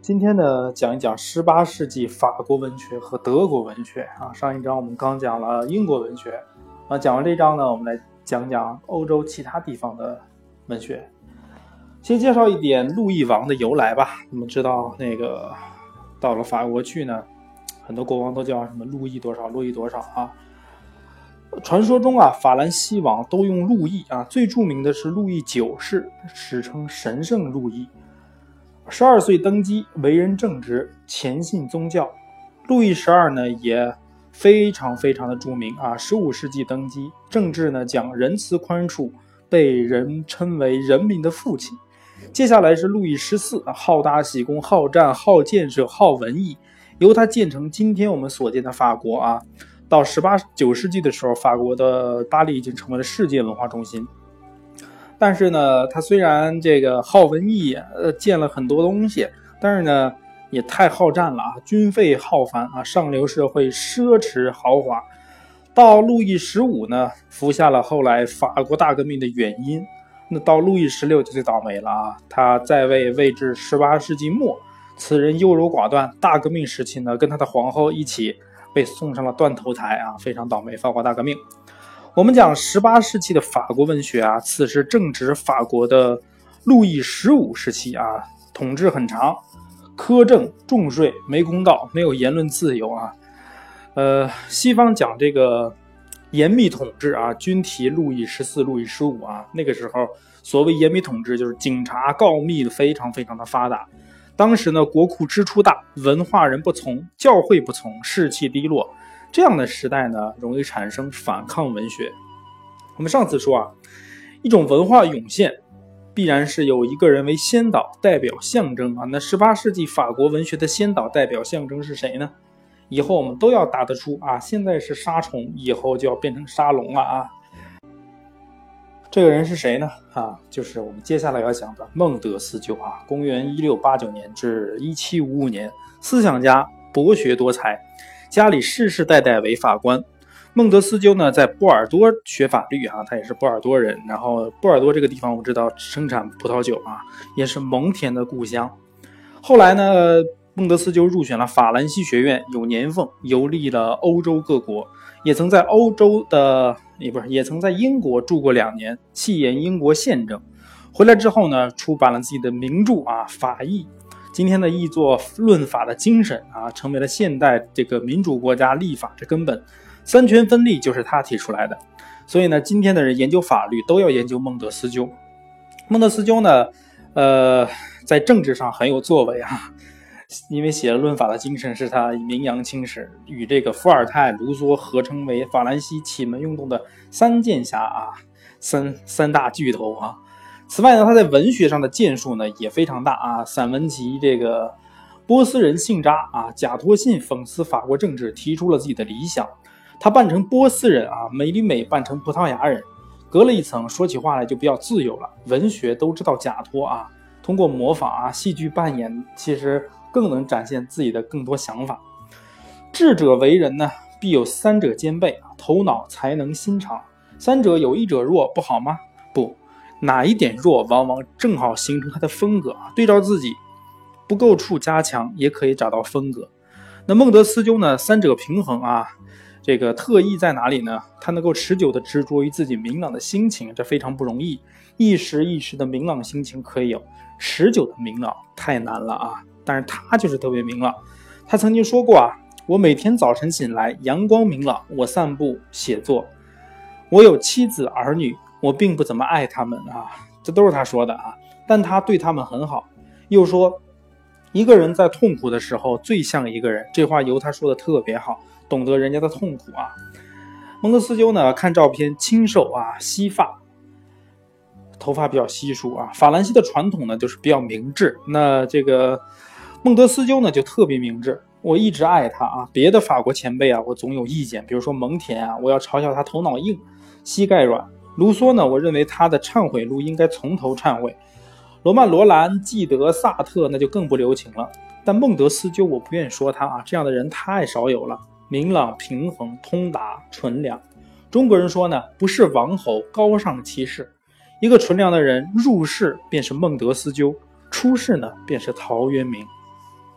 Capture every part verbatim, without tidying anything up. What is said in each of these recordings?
今天呢，讲一讲十八世纪法国文学和德国文学啊。上一章我们刚讲了英国文学啊，讲完这章呢，我们来讲讲欧洲其他地方的文学。先介绍一点路易王的由来吧。我们知道那个到了法国去呢，很多国王都叫什么路易多少，路易多少啊。传说中啊，法兰西王都用路易啊，最著名的是路易九世，史称神圣路易。十二岁登基，为人正直，虔信宗教。路易十二呢也非常非常的著名啊，十五世纪登基，政治呢讲仁慈宽恕，被人称为人民的父亲。接下来是路易十四，好大喜功，好战，好建设，好文艺，由他建成今天我们所见的法国啊。到十八九世纪的时候，法国的巴黎已经成为了世界文化中心。但是呢，他虽然这个好文艺，呃，建了很多东西，但是呢，也太好战了啊，军费浩繁啊，上流社会奢侈豪华。到路易十五呢，服下了后来法国大革命的原因。那到路易十六就最倒霉了啊，他在位位至十八世纪末，此人优柔寡断，大革命时期呢，跟他的皇后一起被送上了断头台啊，非常倒霉，法国大革命。我们讲十八世纪的法国文学啊，此时正值法国的路易十五时期啊，统治很长，苛政重税，没公道，没有言论自由啊。呃，西方讲这个严密统治啊，均提路易十四、路易十五啊。那个时候所谓严密统治，就是警察告密非常非常的发达。当时呢，国库支出大，文化人不从，教会不从，士气低落。这样的时代呢，容易产生反抗文学。我们上次说啊，一种文化涌现，必然是有一个人为先导，代表象征啊。那十八世纪法国文学的先导代表象征是谁呢？以后我们都要答得出啊。现在是沙虫，以后就要变成沙龙了啊。这个人是谁呢？啊，就是我们接下来要讲的孟德斯鸠啊。公元一六八九年至一七五五年，思想家，博学多才。家里世世代代为法官。孟德斯鸠呢，在波尔多学法律啊，他也是波尔多人。然后波尔多这个地方，我知道生产葡萄酒啊，也是蒙田的故乡。后来呢，孟德斯鸠入选了法兰西学院，有年俸，游历了欧洲各国，也曾在欧洲的，也不是，也曾在英国住过两年，弃研英国宪政。回来之后呢，出版了自己的名著啊，《法义》。今天的译作论法的精神啊，成为了现代这个民主国家立法的根本。三权分立就是他提出来的。所以呢，今天的人研究法律都要研究孟德斯鸠。孟德斯鸠呢，呃，在政治上很有作为啊，因为写了论法的精神是他名扬青史，与这个伏尔泰、卢梭合称为法兰西启蒙运动的三剑侠啊，三三大巨头啊。此外呢，他在文学上的建树呢也非常大啊，散文集这个波斯人信札啊，贾托信讽刺法国政治，提出了自己的理想。他扮成波斯人啊，梅里美扮成葡萄牙人，隔了一层，说起话来就比较自由了。文学都知道贾托啊，通过模仿啊，戏剧扮演，其实更能展现自己的更多想法。智者为人呢，必有三者兼备啊，头脑、才能、心肠，三者有一者弱，不好吗？不。哪一点弱，往往正好形成他的风格啊。对照自己不够处加强，也可以找到风格。那孟德斯鸠呢，三者平衡啊，这个特异在哪里呢？他能够持久的执着于自己明朗的心情，这非常不容易。一时一时的明朗心情可以有，持久的明朗太难了啊。但是他就是特别明朗。他曾经说过啊，我每天早晨醒来，阳光明朗，我散步写作，我有妻子儿女，我并不怎么爱他们啊，这都是他说的啊，但他对他们很好。又说，一个人在痛苦的时候最像一个人，这话由他说的特别好，懂得人家的痛苦啊。孟德斯鸠呢，看照片清瘦啊，稀发，头发比较稀疏啊。法兰西的传统呢，就是比较明智，那这个孟德斯鸠呢，就特别明智。我一直爱他啊，别的法国前辈啊，我总有意见，比如说蒙田啊，我要嘲笑他头脑硬，膝盖软。卢梭呢，我认为他的忏悔录应该从头忏悔。罗曼·罗兰、纪德、萨特那就更不留情了。但孟德斯鸠我不愿说他啊，这样的人太少有了，明朗、平衡、通达、纯良。中国人说呢，不是王侯，高尚其事。一个纯良的人入世便是孟德斯鸠，出世呢便是陶渊明。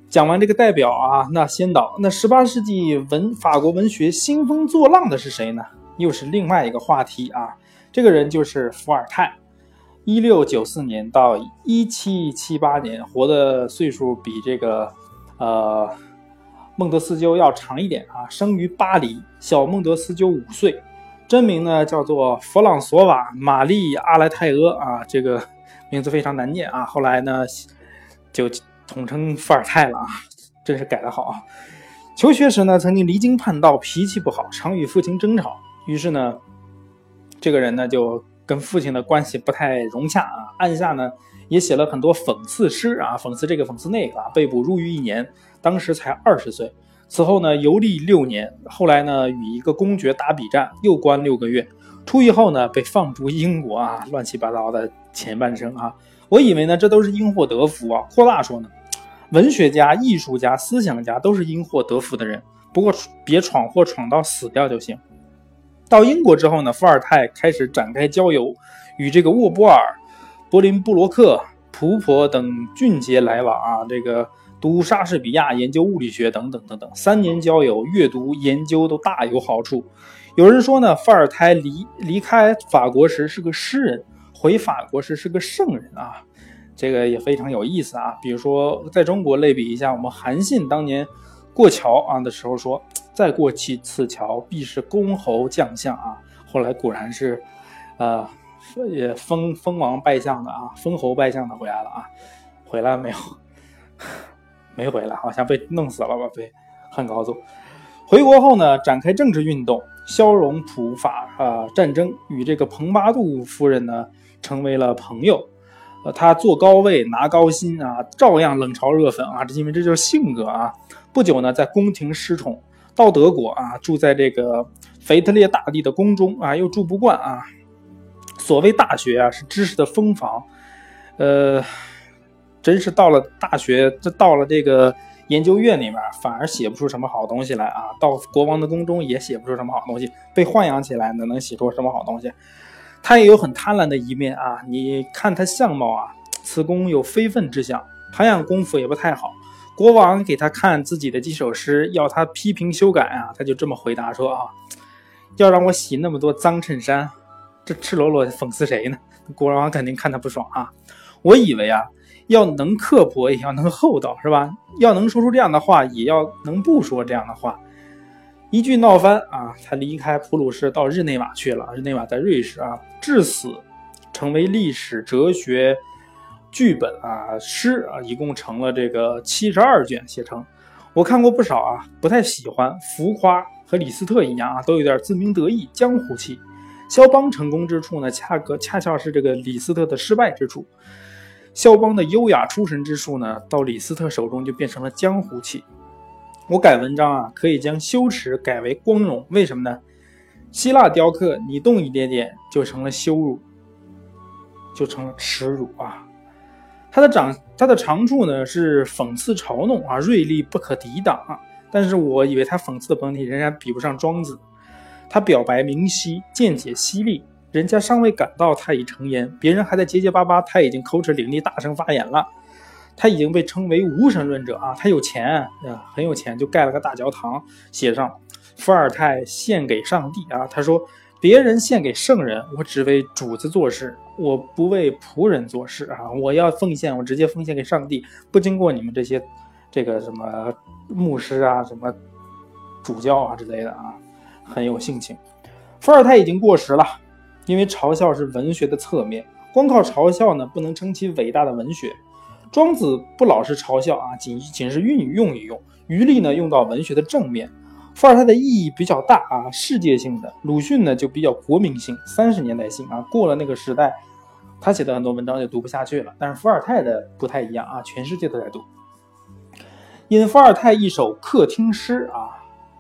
讲完这个代表啊，那先导，那十八世纪文法国文学兴风作浪的是谁呢？又是另外一个话题啊。这个人就是伏尔泰，一六九四年到一七七八年，活的岁数比这个呃孟德斯鸠要长一点啊。生于巴黎，小孟德斯鸠五岁，真名呢叫做弗朗索瓦玛丽阿莱泰阿啊，这个名字非常难念啊。后来呢就统称伏尔泰了啊，真是改得好啊。求学时呢，曾经离经叛道，脾气不好，常与父亲争吵。于是呢，这个人呢就跟父亲的关系不太融洽啊。暗下呢也写了很多讽刺诗啊，讽刺这个讽刺那个啊。被捕入狱一年，当时才二十岁。此后呢游历六年，后来呢与一个公爵打比战，又关六个月。出狱后呢被放逐英国啊，乱七八糟的前半生啊。我以为呢这都是因祸得福啊。扩大说呢，文学家、艺术家、思想家都是因祸得福的人，不过别闯祸闯到死掉就行。到英国之后呢，伏尔泰开始展开交游，与这个沃波尔、柏林布洛克、普珀等俊杰来往啊。这个读莎士比亚，研究物理学等等等等，三年交友，阅读研究都大有好处。有人说呢，伏尔泰离离开法国时是个诗人，回法国时是个圣人啊。这个也非常有意思啊。比如说在中国类比一下，我们韩信当年过桥啊的时候说，再过几次桥必是公侯将相啊。后来果然是呃也封封王拜相的啊，封侯拜相的回来了啊。回来没有？没回来，好像被弄死了吧，被汉高祖。回国后呢，展开政治运动，消融普法啊、呃、战争，与这个蓬巴杜夫人呢成为了朋友。呃，他坐高位拿高薪啊，照样冷嘲热讽啊，这因为这就是性格啊。不久呢，在宫廷失宠，到德国啊，住在这个腓特烈大帝的宫中啊，又住不惯啊。所谓大学啊，是知识的蜂房，呃，真是到了大学，这到了这个研究院里面，反而写不出什么好东西来啊。到国王的宫中也写不出什么好东西，被豢养起来呢，能写出什么好东西？他也有很贪婪的一面啊，你看他相貌啊，此公有非分之相，涵养功夫也不太好。国王给他看自己的几首诗，要他批评修改啊，他就这么回答说啊，要让我洗那么多脏衬衫，这赤裸裸讽刺谁呢？国王肯定看他不爽啊。我以为啊，要能刻薄也要能厚道，是吧？要能说出这样的话，也要能不说这样的话。一句闹翻啊，他离开普鲁士到日内瓦去了，日内瓦在瑞士啊，至死成为历史、哲学、剧本啊、诗啊，一共成了这个七十二卷写成。我看过不少啊，不太喜欢，浮夸，和李斯特一样啊，都有点自鸣得意、江湖气。肖邦成功之处呢，恰个恰恰是这个李斯特的失败之处。肖邦的优雅出神之术呢，到李斯特手中就变成了江湖气。我改文章啊，可以将羞耻改为光荣，为什么呢？希腊雕刻你动一点点就成了羞辱，就成了耻辱啊。它的长它的长处呢是讽刺嘲弄啊，锐利不可抵挡啊。但是我以为他讽刺的本体仍然比不上庄子，他表白明晰，见解犀利，人家尚未赶到他已成言，别人还在结结巴巴，他已经口齿伶俐大声发言了。他已经被称为无神论者啊，他有钱啊，很有钱，就盖了个大教堂，写上伏尔泰献给上帝啊。他说别人献给圣人，我只为主子做事，我不为仆人做事啊。我要奉献，我直接奉献给上帝，不经过你们这些这个什么牧师啊、什么主教啊之类的啊，很有性情。伏尔泰已经过时了，因为嘲笑是文学的侧面，光靠嘲笑呢，不能称其伟大的文学。庄子不老是嘲笑啊，仅仅是运用一用，余力呢用到文学的正面。伏尔泰的意义比较大啊，世界性的。鲁迅呢就比较国民性，三十年代性啊，过了那个时代，他写的很多文章就读不下去了。但是伏尔泰的不太一样啊，全世界都在读。引伏尔泰一首客厅诗啊，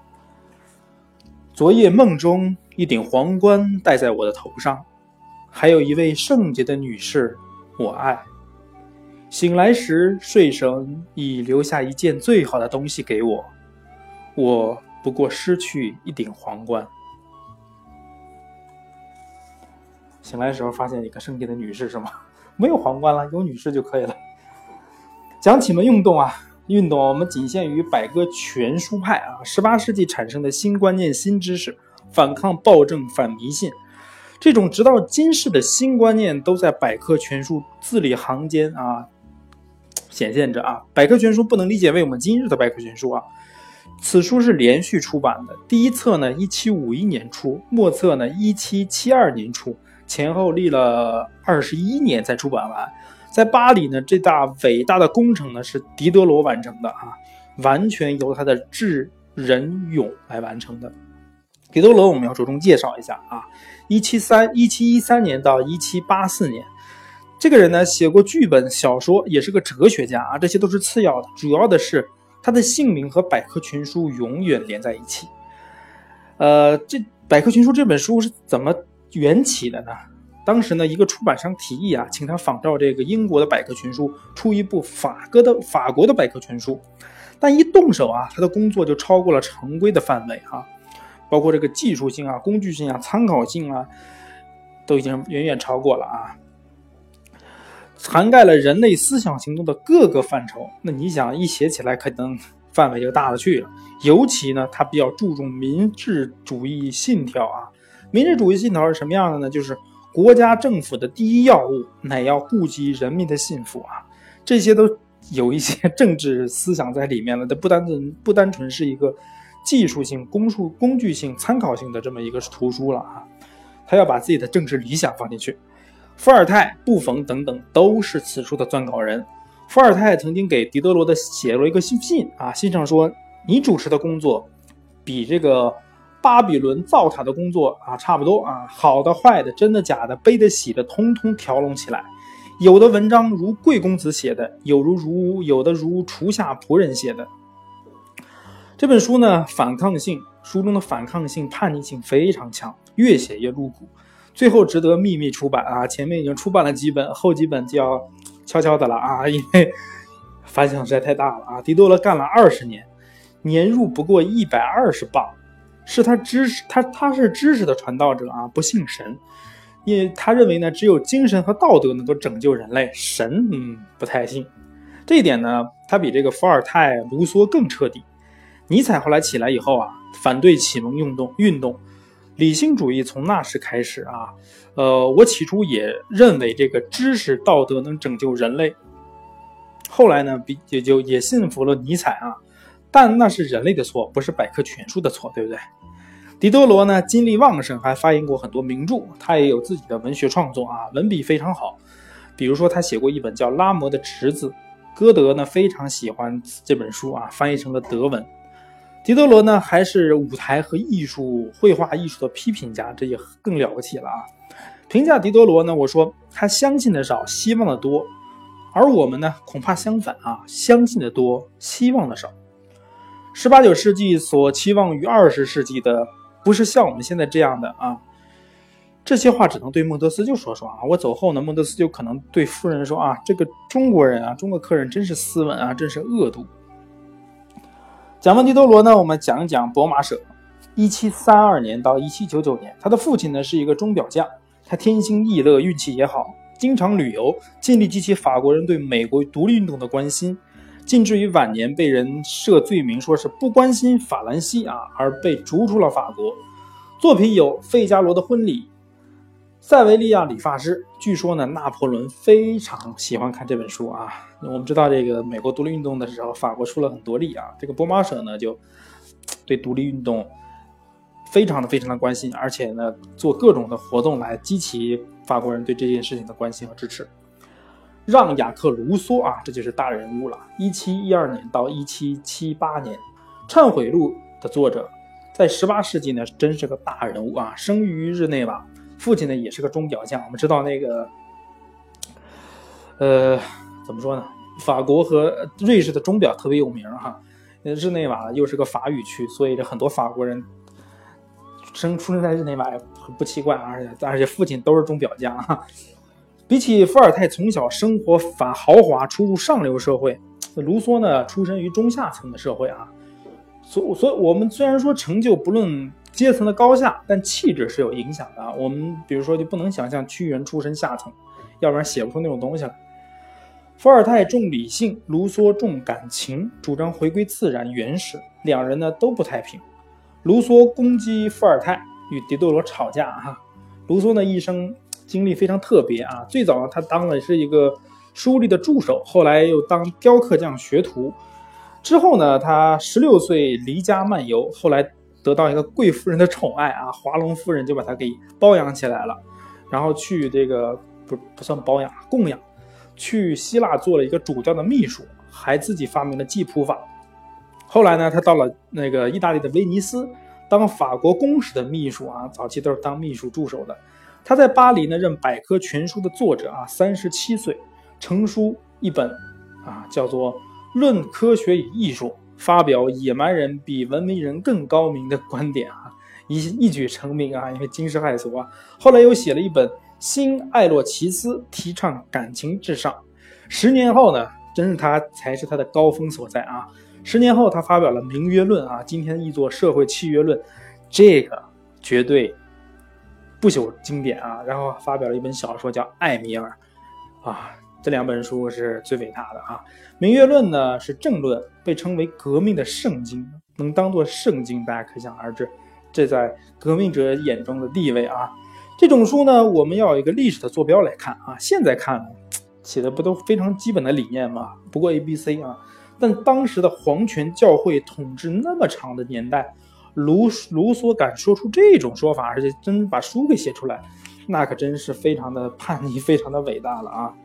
昨夜梦中一顶皇冠戴在我的头上，还有一位圣洁的女士，我爱。醒来时，睡神已留下一件最好的东西给我，我不过失去一顶皇冠。醒来的时候发现一个圣洁的女士是吗？没有皇冠了，有女士就可以了。讲启蒙运动啊， 运动我们仅限于百科全书派啊，十八世纪产生的新观念、新知识，反抗暴政、反迷信，这种直到今世的新观念都在百科全书字里行间啊显现着啊。百科全书不能理解为我们今日的百科全书啊，此书是连续出版的，第一册呢一七五一年出，末册呢一七七二年出，前后历了二十一年才出版完。在巴黎呢，这大伟大的工程呢是狄德罗完成的啊，完全由他的智仁勇来完成的。狄德罗我们要着重介绍一下啊，一七一三年到一七八四年，这个人呢写过剧本、小说，也是个哲学家啊，这些都是次要的，主要的是他的姓名和百科全书永远连在一起。呃，这百科全书这本书是怎么缘起的呢？当时呢，一个出版商提议啊，请他仿照这个英国的百科全书出一部法国的法国的百科全书，但一动手啊，他的工作就超过了常规的范围啊，包括这个技术性啊、工具性啊、参考性啊，都已经远远超过了啊，涵盖了人类思想行动的各个范畴。那你想一写起来，可能范围就大了去了。尤其呢，他比较注重民治主义信条啊。民治主义信条是什么样的呢？就是国家政府的第一要务乃要顾及人民的幸福啊，这些都有一些政治思想在里面了，它不单纯不单纯是一个技术性、工术工具性、参考性的这么一个图书了啊，他要把自己的政治理想放进去。伏尔泰、布冯等等都是此书的撰稿人。伏尔泰曾经给狄德罗的写了一个信啊，信上说：“你主持的工作比这个巴比伦造塔的工作啊差不多啊，好的、坏的、真的、假的、悲的、喜的，通通调拢起来。有的文章如贵公子写的，有如如有的如厨下仆人写的。”这本书呢，反抗性，书中的反抗性、叛逆性非常强，越写越露骨。最后值得秘密出版啊，前面已经出版了几本，后几本就要悄悄的了啊，因为反响实在太大了啊。狄德罗干了二十年，年入不过一百二十磅，是他知识，他他是知识的传道者啊，不信神，因为他认为呢，只有精神和道德能够拯救人类，神嗯不太信。这一点呢，他比这个伏尔泰、卢梭更彻底。尼采后来起来以后啊，反对启蒙运动运动。理性主义从那时开始啊，呃，我起初也认为这个知识道德能拯救人类，后来呢，也就也信服了尼采啊，但那是人类的错，不是百科全书的错，对不对？狄德罗呢，精力旺盛，还发行过很多名著，他也有自己的文学创作啊，文笔非常好。比如说，他写过一本叫《拉摩的侄子》，歌德呢非常喜欢这本书啊，翻译成了德文。狄德罗呢，还是舞台和艺术、绘画艺术的批评家，这也更了不起了啊！评价狄德罗呢，我说他相信的少，希望的多，而我们呢，恐怕相反啊，相信的多，希望的少。十八九世纪所期望于二十世纪的，不是像我们现在这样的啊。这些话只能对孟德斯鸠说说啊，我走后呢，孟德斯鸠可能对夫人说啊，这个中国人啊，中国客人真是斯文啊，真是恶毒。讲完狄德罗呢，我们讲一讲博马舍。一七三二年到一七九九年，他的父亲呢是一个钟表匠，他天性逸乐，运气也好，经常旅游，尽力激起法国人对美国独立运动的关心，近至于晚年被人设罪名，说是不关心法兰西啊，而被逐出了法国。作品有《费加罗的婚礼》、塞维利亚理发师。据说呢，拿破仑非常喜欢看这本书啊。我们知道这个美国独立运动的时候，法国出了很多力啊，这个博马舍呢就对独立运动非常的非常的关心，而且呢做各种的活动来激起法国人对这件事情的关心和支持。让·雅克·卢梭啊，这就是大人物了。一七一二年到一七七八年，《忏悔录》的作者，在十八世纪呢真是个大人物啊，生于日内瓦。父亲呢也是个钟表匠，我们知道那个，呃，怎么说呢？法国和瑞士的钟表特别有名哈。日内瓦又是个法语区，所以这很多法国人生出生在日内瓦很不奇怪，而且而且父亲都是钟表匠哈。比起伏尔泰从小生活反豪华，出入上流社会，卢梭呢出身于中下层的社会啊。所所以，我们虽然说成就不论阶层的高下，但气质是有影响的啊。我们比如说就不能想象屈原出身下层，要不然写不出那种东西来。 伏尔泰重理性，卢梭重感情，主张回归自然原始，两人呢都不太平。卢梭攻击伏尔泰，与狄德罗吵架啊。卢梭呢一生经历非常特别啊，最早呢他当的是一个书吏的助手，后来又当雕刻匠学徒。之后呢，他十六岁离家漫游，后来得到一个贵夫人的宠爱啊，华龙夫人就把他给包养起来了，然后去这个不不算包养，供养，去希腊做了一个主教的秘书，还自己发明了记谱法。后来呢，他到了那个意大利的威尼斯，当法国公使的秘书啊，早期都是当秘书助手的。他在巴黎呢任百科全书的作者啊，三十七岁成书一本啊，叫做《论科学与艺术》，发表野蛮人比文明人更高明的观点啊，一一举成名啊，因为惊世骇俗啊。后来又写了一本《新艾洛奇斯》，提倡感情至上。十年后呢，真是他才是他的高峰所在啊。十年后，他发表了《明约论》啊，今天译作《社会契约论》，这个绝对不朽经典啊。然后发表了一本小说叫《艾米尔》啊，这两本书是最伟大的啊。《明约论》呢是政论，被称为革命的圣经，能当作圣经，大家可想而知，这在革命者眼中的地位啊。这种书呢，我们要有一个历史的坐标来看啊。现在看写的不都非常基本的理念吗？不过 A B C 啊。但当时的皇权教会统治那么长的年代，卢卢梭敢说出这种说法，而且真把书给写出来，那可真是非常的叛逆，非常的伟大了啊。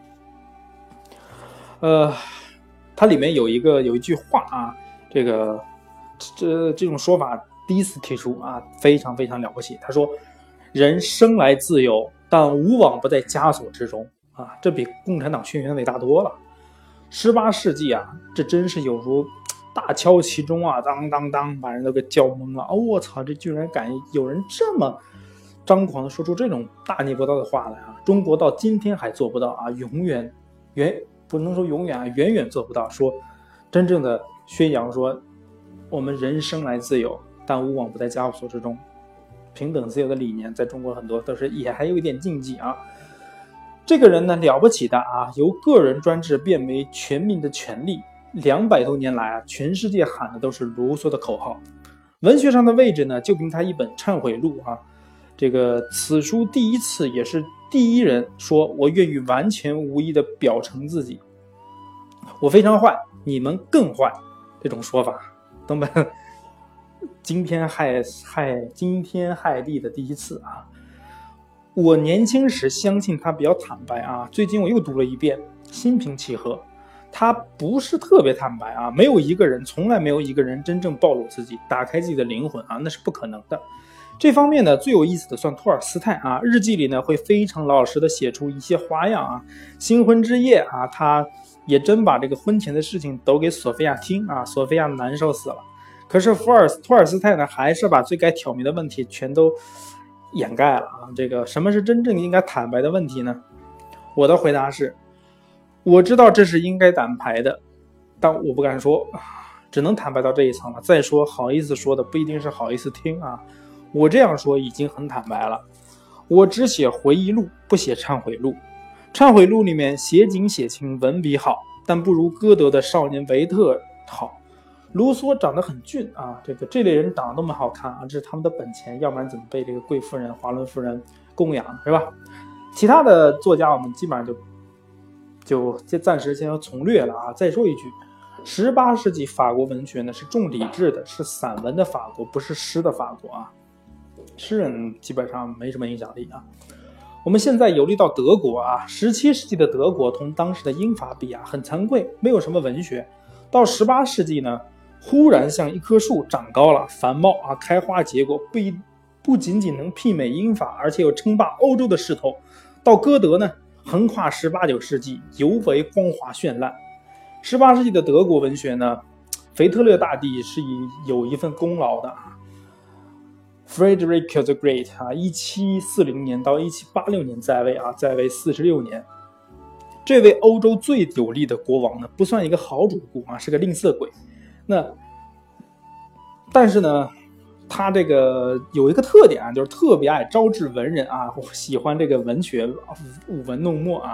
呃，它里面有一个有一句话啊，这个这这种说法第一次提出啊，非常非常了不起。他说：“人生来自由，但无往不在枷锁之中啊，这比共产党宣言伟大多了。”十八世纪啊，这真是有如大敲其中啊，当当当，把人都给叫懵了。哦，我操，这居然敢有人这么张狂的说出这种大逆不道的话来啊！中国到今天还做不到啊，永远远不能说永远啊，远远做不到说真正的宣扬说我们人生来自由，但无往不在枷锁之中。平等自由的理念在中国很多都是也还有一点禁忌啊。这个人呢了不起的啊，由个人专制变为全民的权利。两百多年来啊，全世界喊的都是卢梭的口号。文学上的位置呢，就凭他一本《忏悔录》啊，这个此书第一次也是第一人说我愿意完全无意的表成自己，我非常坏，你们更坏，这种说法根本惊天骇骇惊天骇地的第一次啊。我年轻时相信他比较坦白啊，最近我又读了一遍，心平气和。他不是特别坦白啊，没有一个人，从来没有一个人真正暴露自己，打开自己的灵魂啊，那是不可能的。这方面呢，最有意思的算托尔斯泰啊，日记里呢会非常老实的写出一些花样啊。新婚之夜啊，他也真把这个婚前的事情都给索菲亚听啊，索菲亚难受死了。可是福尔托尔斯泰呢，还是把最该挑明的问题全都掩盖了啊。这个什么是真正应该坦白的问题呢？我的回答是，我知道这是应该坦白的，但我不敢说，只能坦白到这一层了。再说好意思说的不一定是好意思听啊。我这样说已经很坦白了。我只写回忆录，不写忏悔录。忏悔录里面写景写情，文笔好，但不如歌德的少年维特好。卢梭长得很俊啊，这个这类人长得那么好看啊，这是他们的本钱，要不然怎么被这个贵夫人、华伦夫人供养，是吧？其他的作家我们基本上就就暂时先要从略了啊。再说一句，十八世纪法国文学呢是重理智的，是散文的法国，不是诗的法国啊。诗人基本上没什么影响力啊。我们现在游历到德国啊，十七世纪的德国同当时的英法比啊，很惭愧，没有什么文学。到十八世纪呢，忽然像一棵树长高了，繁茂啊，开花结果，不一不仅仅能媲美英法，而且有称霸欧洲的势头。到歌德呢，横跨十八九世纪，尤为光华绚烂。十八世纪的德国文学呢，腓特烈大帝是以有一份功劳的啊。Frederick the Great 啊，一七四零年到一七八六年在位啊，在位四十六年。这位欧洲最有力的国王呢，不算一个好主顾啊，是个吝啬鬼。那但是呢，他这个有一个特点啊，就是特别爱招致文人啊，喜欢这个文学舞文弄墨啊。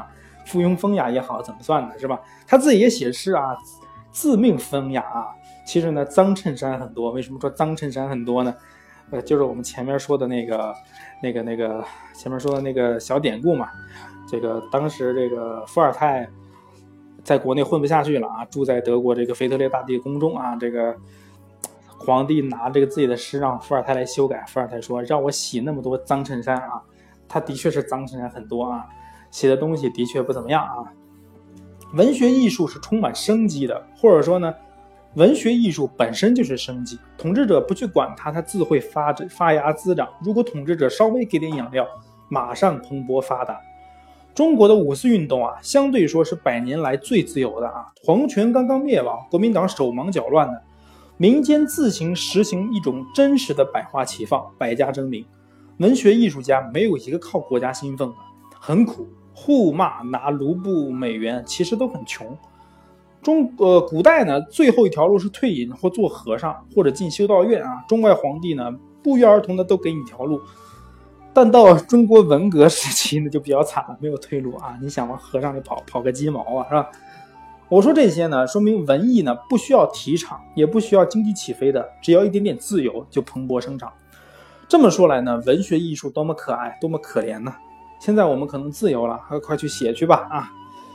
附庸风雅也好，怎么算的是吧？他自己也写诗啊，自命风雅啊。其实呢，脏衬衫很多。为什么说脏衬衫很多呢？呃，就是我们前面说的那个、那个、那个前面说的那个小典故嘛。这个当时这个伏尔泰在国内混不下去了啊，住在德国这个腓特烈大帝宫中啊。这个皇帝拿这个自己的诗让伏尔泰来修改，伏尔泰说让我洗那么多脏衬衫啊。他的确是脏衬衫很多啊，写的东西的确不怎么样啊。文学艺术是充满生机的，或者说呢，文学艺术本身就是生机。统治者不去管它，它自会发发芽滋长。如果统治者稍微给点养料，马上蓬勃发达。中国的五四运动啊，相对说是百年来最自由的啊。皇权刚刚灭亡，国民党手忙脚乱的，民间自行实行一种真实的百花齐放，百家争鸣。文学艺术家没有一个靠国家兴奋的，很苦，互骂拿卢布美元，其实都很穷。中呃古代呢，最后一条路是退隐或做和尚，或者进修道院啊。中外皇帝呢，不约而同的都给你一条路。但到中国文革时期呢，就比较惨了，没有退路啊！你想往和尚里跑，跑个鸡毛啊，是吧？我说这些呢，说明文艺呢不需要提倡，也不需要经济起飞的，只要一点点自由就蓬勃生长。这么说来呢，文学艺术多么可爱，多么可怜呢？现在我们可能自由了，快去写去吧啊！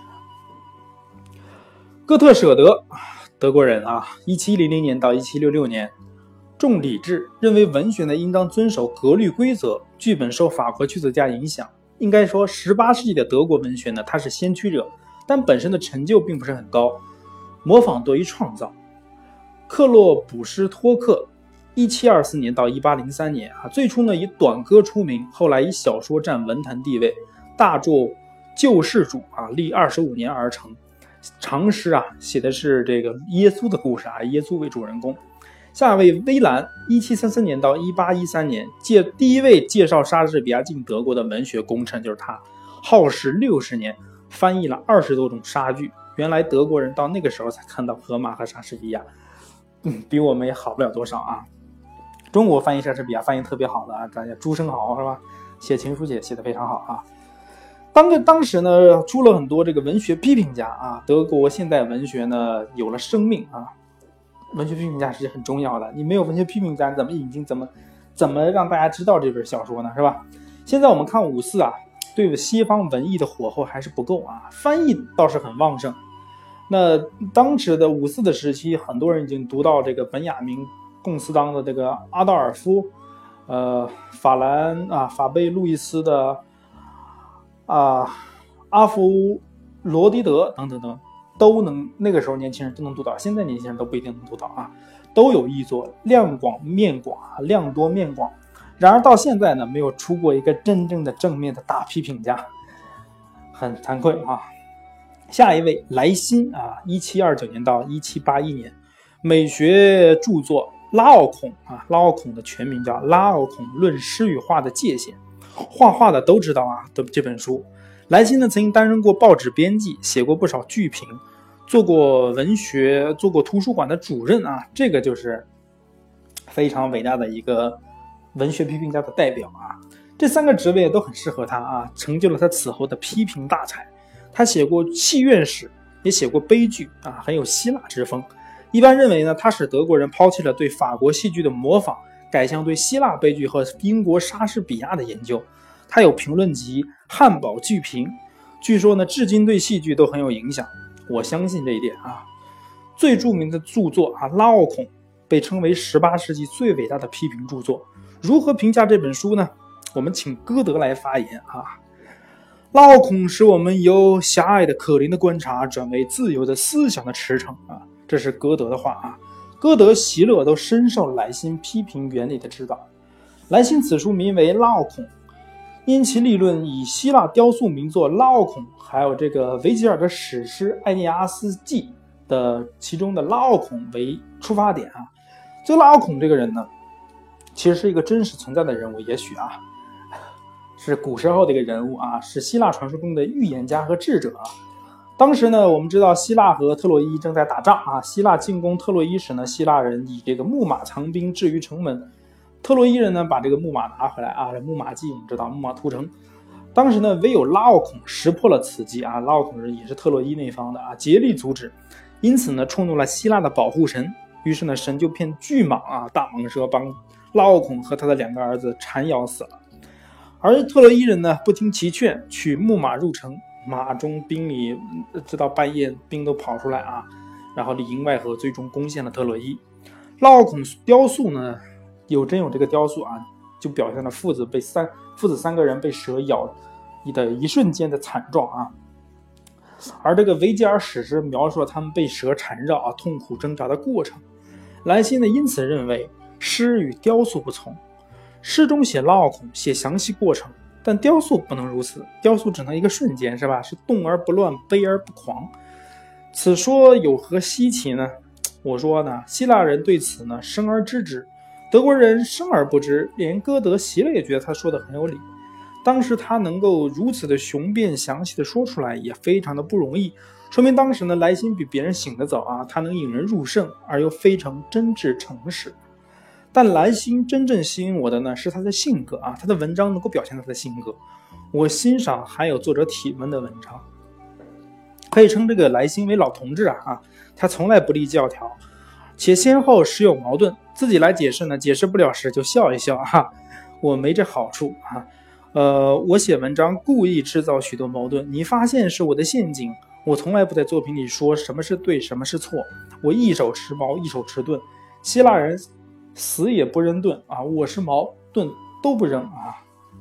哥特舍德，德国人啊，一七零零年到一七六六年，重礼制，认为文学呢应当遵守格律规则，剧本受法国剧作家影响。应该说，十八世纪的德国文学呢，它是先驱者，但本身的成就并不是很高，模仿多于创造。克洛卜施托克。一七二四年到一八零三年啊，最初呢以短歌出名，后来以小说占文坛地位，大作《救世主》啊，历二十五年而成。长诗啊，写的是这个耶稣的故事啊，耶稣为主人公。下一位薇兰，一七三四年到一八一三年，介第一位介绍莎士比亚进德国的文学功臣就是他，耗时六十年，翻译了二十多种莎剧。原来德国人到那个时候才看到荷马和莎士比亚，嗯，比我们也好不了多少啊。中国翻译莎士比亚翻译特别好的啊，大家朱生豪是吧？写情书写写得非常好啊。当个当时呢，出了很多这个文学批评家啊，德国现代文学呢有了生命啊。文学批评家是很重要的，你没有文学批评家，怎么引进怎么怎么让大家知道这本小说呢？是吧？现在我们看五四啊，对西方文艺的火候还是不够啊，翻译倒是很旺盛。那当时的五四的时期，很多人已经读到这个本雅明贡斯当的这个阿道尔夫，呃，法兰啊，法贝路易斯的啊，阿弗罗狄德等等等，都能那个时候年轻人都能读到，现在年轻人都不一定能读到啊，都有译作，量广面广，量多面广。然而到现在呢，没有出过一个真正的正面的大批评家，很惭愧啊。下一位莱辛啊，一七二九年到一七八一年，美学著作。拉奥孔啊，拉奥孔的全名叫《拉奥孔论诗与画的界限》，画画的都知道啊的这本书。莱辛呢曾经担任过报纸编辑，写过不少剧评，做过文学，做过图书馆的主任啊，这个就是非常伟大的一个文学批评家的代表啊。这三个职位都很适合他啊，成就了他此后的批评大才。他写过戏院史，也写过悲剧啊，很有希腊之风。一般认为呢，他使德国人抛弃了对法国戏剧的模仿，改向对希腊悲剧和英国莎士比亚的研究。他有评论集《汉堡剧评》，据说呢，至今对戏剧都很有影响。我相信这一点啊。最著名的著作啊，《拉奥孔》被称为十八世纪最伟大的批评著作。如何评价这本书呢？我们请歌德来发言啊。拉奥孔使我们由狭隘的可怜的观察转为自由的思想的驰骋啊。这是歌德的话啊，歌德、席勒都深受莱辛批评原理的指导。莱辛此书名为《拉奥孔》，因其立论以希腊雕塑名作《拉奥孔》，还有这个维吉尔的史诗《艾涅阿斯纪》的其中的拉奥孔为出发点啊。这个拉奥孔这个人呢，其实是一个真实存在的人物，也许啊，是古时候的一个人物啊，是希腊传说中的预言家和智者啊。当时呢，我们知道希腊和特洛伊正在打仗啊。希腊进攻特洛伊时呢，希腊人以这个木马藏兵置于城门，特洛伊人呢把这个木马拿回来啊。这木马记我们知道，木马屠城。 当时呢，唯有拉奥孔识破了此计啊，拉奥孔人也是特洛伊那方的啊，竭力阻止，因此呢，触怒了希腊的保护神，于是呢，神就骗巨蟒啊，大蟒蛇帮拉奥孔和他的两个儿子缠咬死了。而特洛伊人呢，不听其劝，取木马入城，马中兵里直到半夜兵都跑出来啊，然后里应外合，最终攻陷了特洛伊。拉奥孔雕塑呢，有真有这个雕塑啊，就表现了父子被三父子三个人被蛇咬的一瞬间的惨状啊。而这个维吉尔史诗描述了他们被蛇缠绕啊，痛苦挣扎的过程。莱辛呢，因此认为诗与雕塑不同，诗中写拉奥孔，写详细过程，但雕塑不能如此，雕塑只能一个瞬间，是吧？是动而不乱，悲而不狂。此说有何稀奇呢？我说呢，希腊人对此呢生而知之，德国人生而不知，连歌德、席勒也觉得他说的很有理。当时他能够如此的雄辩详细的说出来，也非常的不容易，说明当时呢莱辛比别人醒得早啊，他能引人入胜，而又非常真挚诚实。但莱辛真正吸引我的呢是他的性格啊，他的文章能够表现他的性格。我欣赏含有作者体温的文章，可以称这个莱辛为老同志啊啊，他从来不立教条，且先后时有矛盾，自己来解释呢，解释不了时就笑一笑啊，我没这好处啊。呃，我写文章故意制造许多矛盾，你发现是我的陷阱。我从来不在作品里说什么是对，什么是错，我一手持矛，一手持盾。希腊人死也不扔盾啊，我是矛盾都不扔啊。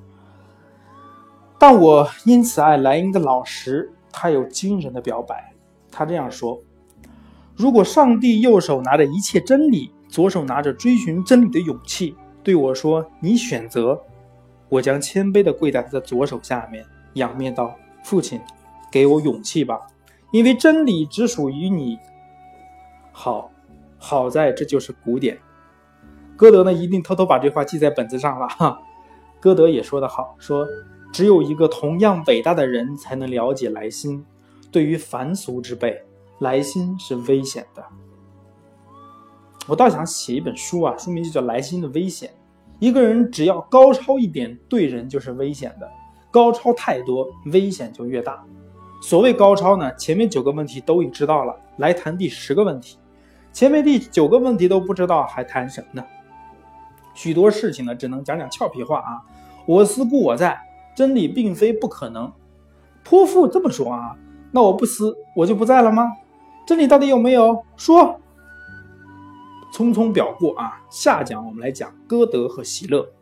但我因此爱莱茵的老实，他有精神的表白。他这样说：如果上帝右手拿着一切真理，左手拿着追寻真理的勇气，对我说你选择，我将谦卑地跪在他的左手下面，仰面道：父亲，给我勇气吧，因为真理只属于你。好，好在这就是古典。歌德呢，一定偷偷把这话记在本子上了哈。歌德也说得好，说只有一个同样伟大的人才能了解莱辛，对于凡俗之辈，莱辛是危险的。我倒想写一本书啊，书名就叫《莱辛的危险》。一个人只要高超一点，对人就是危险的；高超太多，危险就越大。所谓高超呢，前面九个问题都已知道了，来谈第十个问题。前面第九个问题都不知道，还谈什么呢？许多事情呢，只能讲讲俏皮话啊。我思故我在，真理并非不可能。泼妇这么说啊，那我不思，我就不在了吗？真理到底有没有？说。匆匆表过啊，下讲我们来讲歌德和席勒。